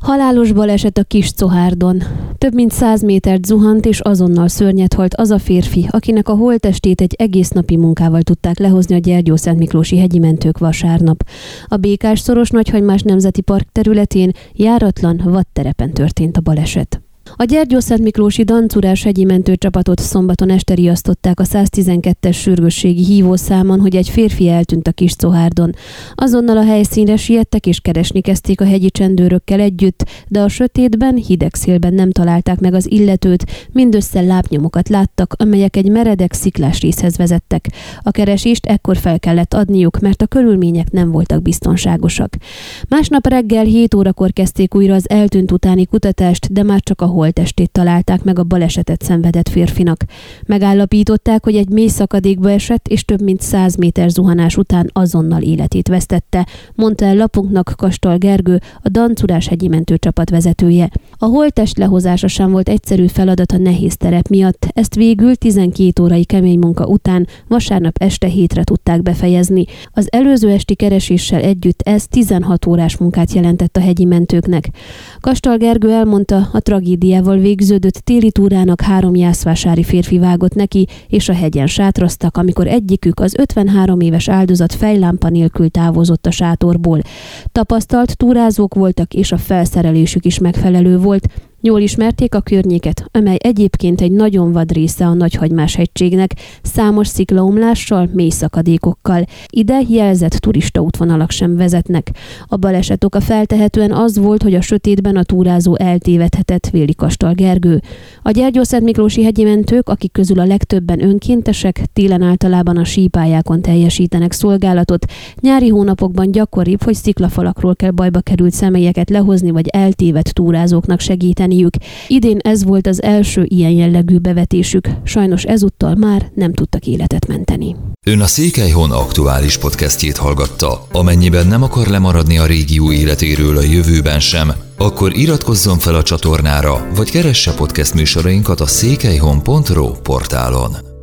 Halálos baleset a Kis-Szohárdon. Több mint 100 métert zuhant, és azonnal szörnyet halt az a férfi, akinek a holttestét egy egész napi munkával tudták lehozni a Gyergyószentmiklósi hegyi mentők vasárnap. A Békás-szoros Nagyhagymás Nemzeti Park területén járatlan vadterepen történt a baleset. A Gyergyószentmiklósi Dancurás hegyi mentőcsapatot szombaton este riasztották a 112-es sürgősségi hívószámon, hogy egy férfi eltűnt a Kis-Szohárdon. Azonnal a helyszínre siettek és keresni kezdték a hegyi csendőrökkel együtt, de a sötétben, hideg szélben nem találták meg az illetőt, mindössze lábnyomokat láttak, amelyek egy meredek sziklás részhez vezettek. A keresést ekkor fel kellett adniuk, mert a körülmények nem voltak biztonságosak. Másnap reggel 7 órakor kezdték újra az eltűnt utáni kutatást, de már csak a holttestét találták meg a balesetet szenvedett férfinak. Megállapították, hogy egy mély szakadékba esett, és több mint 100 méter zuhanás után azonnal életét vesztette, mondta el lapunknak Kastal Gergő, a Dancurás hegyi mentőcsapat vezetője. A holttest lehozása sem volt egyszerű feladat a nehéz terep miatt, ezt végül 12 órai kemény munka után vasárnap este 7-re tudták befejezni. Az előző esti kereséssel együtt ez 16 órás munkát jelentett a hegyi mentőknek. Kastal Gergő elmondta, a tragédiával végződött téli túrának 3 jászvásári férfi vágott neki, és a hegyen sátraztak, amikor egyikük, az 53 éves áldozat fejlámpa nélkül távozott a sátorból. Tapasztalt túrázók voltak, és a felszerelésük is megfelelő volt. Jól ismerték a környéket, amely egyébként egy nagyon vad része a Nagyhagymás-hegységnek, számos sziklaomlással, mély szakadékokkal. Ide jelzett turistaútvonalak sem vezetnek. A baleset oka feltehetően az volt, hogy a sötétben a túrázó eltévedhetett, véli Kastal Gergő. A Gyergyószentmiklósi hegyi mentők, akik közül a legtöbben önkéntesek, télen általában a sípályákon teljesítenek szolgálatot. Nyári hónapokban gyakoribb, hogy sziklafalakról kell bajba került személyeket lehozni, vagy eltévedt túrázóknak segíteni. Idén ez volt az első ilyen jellegű bevetésük, sajnos ezúttal már nem tudtak életet menteni. Ön a Székelyhon aktuális podcastjét hallgatta. Amennyiben nem akar lemaradni a régió életéről a jövőben sem, akkor iratkozzon fel a csatornára, vagy keresse podcast műsorainkat a székelyhon.ro portálon.